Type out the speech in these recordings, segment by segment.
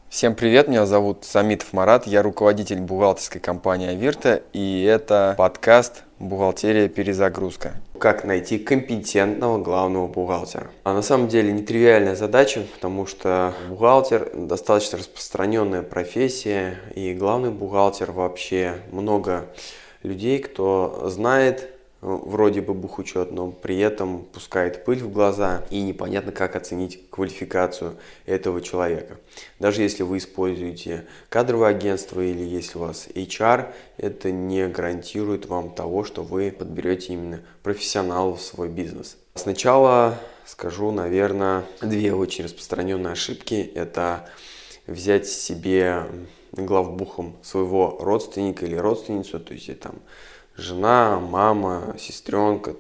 Всем привет, меня зовут Самитов Марат, я руководитель бухгалтерской компании Авирта, и это подкаст «Бухгалтерия. Перезагрузка». Как найти компетентного главного бухгалтера? А на самом деле нетривиальная задача, потому что бухгалтер достаточно распространенная профессия, и главный бухгалтер вообще много людей, кто знает вроде бы бухучет, но при этом пускает пыль в глаза и непонятно, как оценить квалификацию этого человека. Даже если вы используете кадровое агентство или если у вас HR, это не гарантирует вам того, что вы подберете именно профессионала в свой бизнес. Сначала скажу, наверное, две очень распространенные ошибки. Это взять себе главбухом своего родственника или родственницу, то есть там жена, мама, сестренка,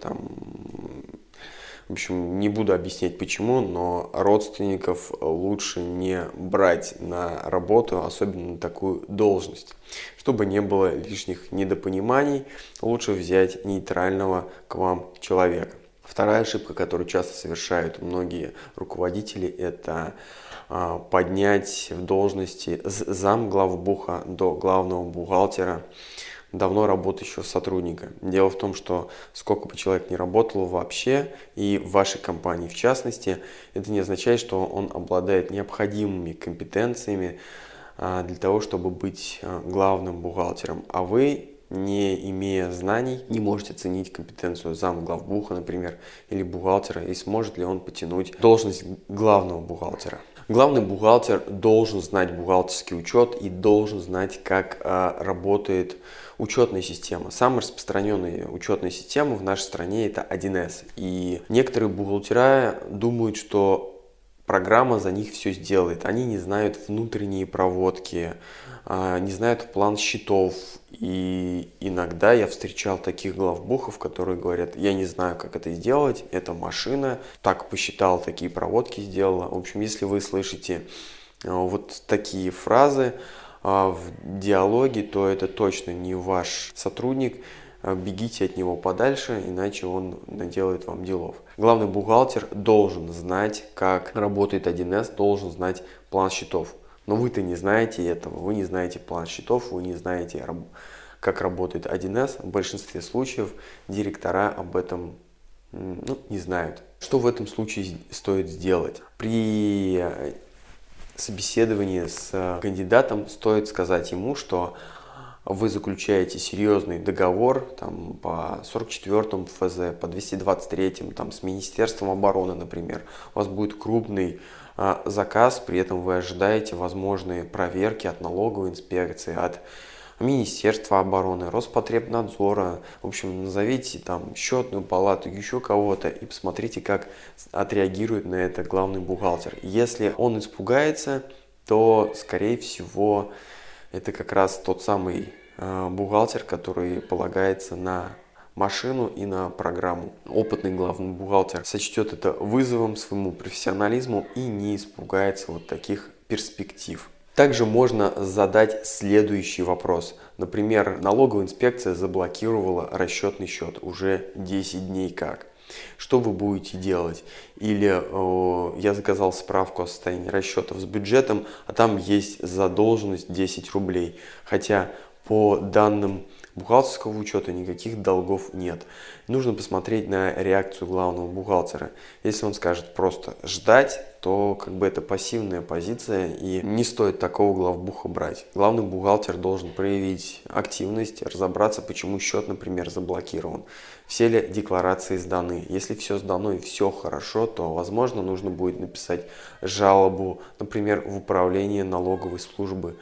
в общем, не буду объяснять почему, но родственников лучше не брать на работу, особенно на такую должность. Чтобы не было лишних недопониманий, лучше взять нейтрального к вам человека. Вторая ошибка, которую часто совершают многие руководители, это поднять в должности с замглавбуха до главного бухгалтера давно работающего сотрудника. Дело в том, что сколько бы человек ни работал вообще, и в вашей компании в частности, это не означает, что он обладает необходимыми компетенциями для того, чтобы быть главным бухгалтером. А вы, не имея знаний, не можете оценить компетенцию замглавбуха, например, или бухгалтера, и сможет ли он потянуть должность главного бухгалтера. Главный бухгалтер должен знать бухгалтерский учет и должен знать, как работает учетная система. Самая распространенная учетная система в нашей стране это 1С. И некоторые бухгалтера думают, что программа за них все сделает. Они не знают внутренние проводки, не знают план счетов. И иногда я встречал таких главбухов, которые говорят: я не знаю, как это сделать, это машина, так посчитал, такие проводки сделала. В общем, если вы слышите вот такие фразы в диалоге, то это точно не ваш сотрудник. Бегите от него подальше, иначе он наделает вам делов. Главный бухгалтер должен знать, как работает 1С, должен знать план счетов. Но вы-то не знаете этого, вы не знаете план счетов, вы не знаете, как работает 1С. В большинстве случаев директора об этом не знают. Что в этом случае стоит сделать? При собеседовании с кандидатом стоит сказать ему, что вы заключаете серьезный договор по 44-му ФЗ, по 223-му, с Министерством обороны, например. У вас будет крупный заказ, при этом вы ожидаете возможные проверки от налоговой инспекции, от Министерства обороны, Роспотребнадзора. В общем, назовите счетную палату, еще кого-то и посмотрите, как отреагирует на это главный бухгалтер. Если он испугается, то, скорее всего, это как раз тот самый бухгалтер, который полагается на машину и на программу. Опытный главный бухгалтер сочтет это вызовом своему профессионализму и не испугается вот таких перспектив. Также можно задать следующий вопрос. Например, налоговая инспекция заблокировала расчетный счет уже 10 дней как. Что вы будете делать? Или я заказал справку о состоянии расчетов с бюджетом, а там есть задолженность 10 рублей. Хотя по данным бухгалтерского учета никаких долгов нет. Нужно посмотреть на реакцию главного бухгалтера. Если он скажет просто ждать, то это пассивная позиция и не стоит такого главбуха брать. Главный бухгалтер должен проявить активность, разобраться, почему счет, например, заблокирован. Все ли декларации сданы. Если все сдано и все хорошо, то, возможно, нужно будет написать жалобу, например, в управление налоговой службы,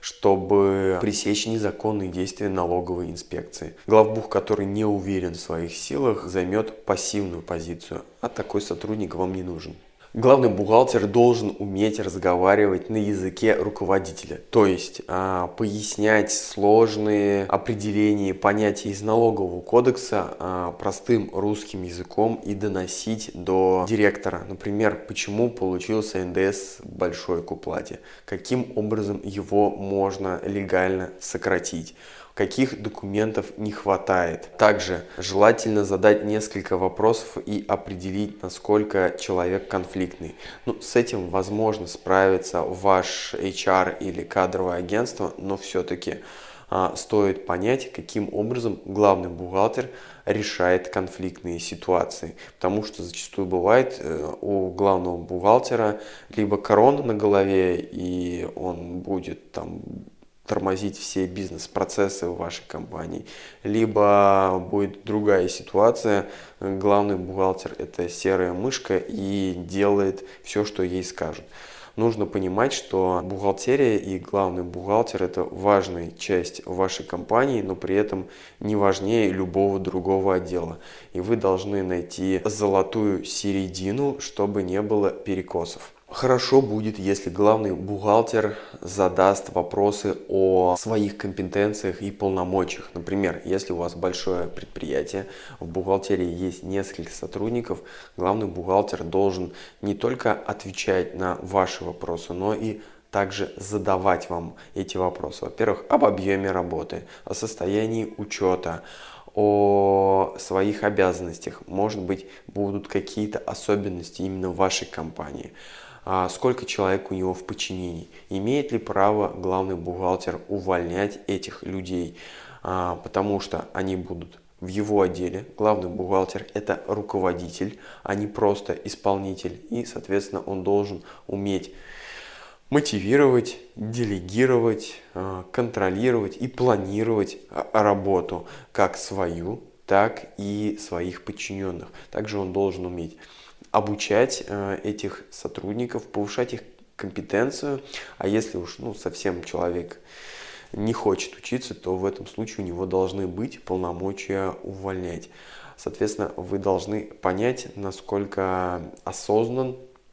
чтобы пресечь незаконные действия налоговой инспекции. Главбух, который не уверен в своих силах, займет пассивную позицию, а такой сотрудник вам не нужен. Главный бухгалтер должен уметь разговаривать на языке руководителя, то есть пояснять сложные определения, понятия из налогового кодекса простым русским языком и доносить до директора. Например, почему получился НДС большой к уплате, каким образом его можно легально сократить, каких документов не хватает. Также желательно задать несколько вопросов и определить, насколько человек конфликтный. С этим возможно справиться ваш HR или кадровое агентство, но все-таки стоит понять, каким образом главный бухгалтер решает конфликтные ситуации. Потому что зачастую бывает у главного бухгалтера либо корона на голове, и он будет там тормозить все бизнес-процессы в вашей компании, либо будет другая ситуация, главный бухгалтер это серая мышка и делает все, что ей скажут. Нужно понимать, что бухгалтерия и главный бухгалтер это важная часть вашей компании, но при этом не важнее любого другого отдела. И вы должны найти золотую середину, чтобы не было перекосов. Хорошо будет, если главный бухгалтер задаст вопросы о своих компетенциях и полномочиях. Например, если у вас большое предприятие, в бухгалтерии есть несколько сотрудников, главный бухгалтер должен не только отвечать на ваши вопросы, но и также задавать вам эти вопросы. Во-первых, об объеме работы, о состоянии учета, о своих обязанностях. Может быть, будут какие-то особенности именно в вашей компании. Сколько человек у него в подчинении, имеет ли право главный бухгалтер увольнять этих людей, потому что они будут в его отделе. Главный бухгалтер это руководитель, а не просто исполнитель, и, соответственно, он должен уметь мотивировать, делегировать, контролировать и планировать работу как свою, так и своих подчиненных. Также он должен уметь обучать этих сотрудников, повышать их компетенцию, а если уж совсем человек не хочет учиться, то в этом случае у него должны быть полномочия увольнять. Соответственно, вы должны понять, насколько осознан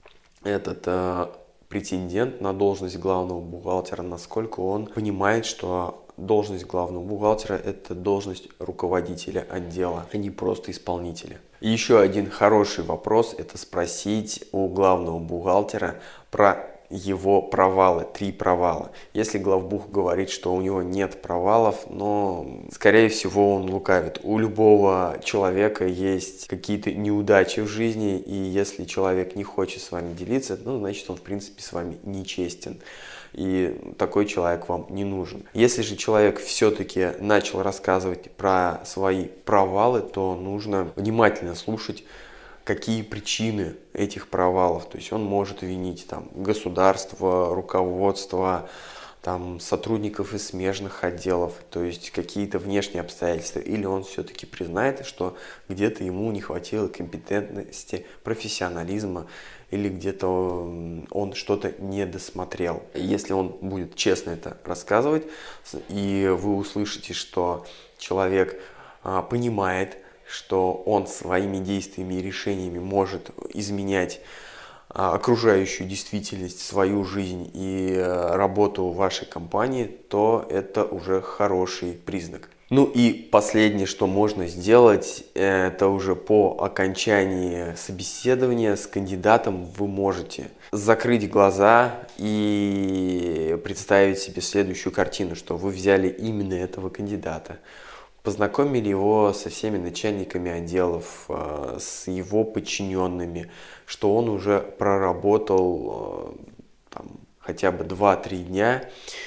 этот претендент на должность главного бухгалтера, насколько он понимает, что должность главного бухгалтера это должность руководителя отдела, а не просто исполнителя. И еще один хороший вопрос это спросить у главного бухгалтера про его провалы, 3 провала. Если главбух говорит, что у него нет провалов, но скорее всего он лукавит. У любого человека есть какие-то неудачи в жизни, и если человек не хочет с вами делиться, значит он в принципе с вами нечестен. И такой человек вам не нужен. Если же человек все-таки начал рассказывать про свои провалы, то нужно внимательно слушать, какие причины этих провалов. То есть он может винить государство, руководство, сотрудников из смежных отделов, то есть какие-то внешние обстоятельства. Или он все-таки признает, что где-то ему не хватило компетентности, профессионализма, или где-то он что-то не досмотрел. Если он будет честно это рассказывать, и вы услышите, что человек понимает, что он своими действиями и решениями может изменять окружающую действительность, свою жизнь и работу вашей компании, то это уже хороший признак. И последнее, что можно сделать, это уже по окончании собеседования с кандидатом вы можете закрыть глаза и представить себе следующую картину, что вы взяли именно этого кандидата, познакомили его со всеми начальниками отделов, с его подчиненными, что он уже проработал хотя бы 2-3 дня,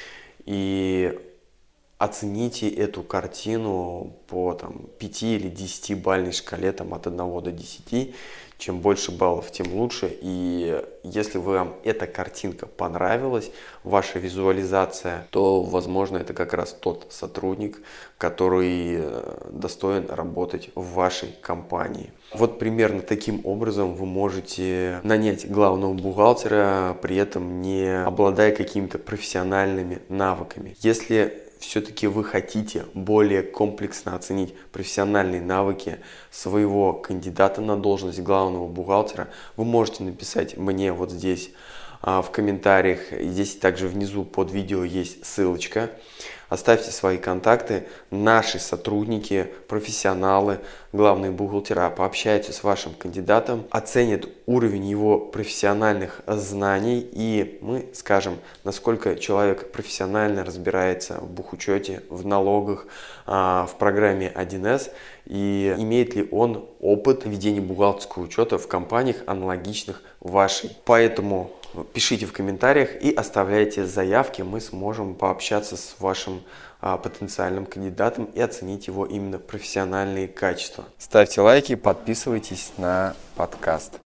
и оцените эту картину по 5 или 10-бальной шкале от 1 до 10. Чем больше баллов, тем лучше. И если вам эта картинка понравилась, ваша визуализация, то, возможно, это как раз тот сотрудник, который достоин работать в вашей компании. Вот примерно таким образом вы можете нанять главного бухгалтера, при этом не обладая какими-то профессиональными навыками. Если все-таки вы хотите более комплексно оценить профессиональные навыки своего кандидата на должность главного бухгалтера, вы можете написать мне вот здесь в комментариях. Здесь также внизу под видео есть ссылочка. Оставьте свои контакты. Наши сотрудники, профессионалы, главные бухгалтера пообщаются с вашим кандидатом, оценят уровень его профессиональных знаний, и мы скажем, насколько человек профессионально разбирается в бухучете, в налогах, в программе 1С, и имеет ли он опыт ведения бухгалтерского учета в компаниях, аналогичных вашей. Поэтому пишите в комментариях и оставляйте заявки, мы сможем пообщаться с вашим потенциальным кандидатом и оценить его именно профессиональные качества. Ставьте лайки, подписывайтесь на подкаст.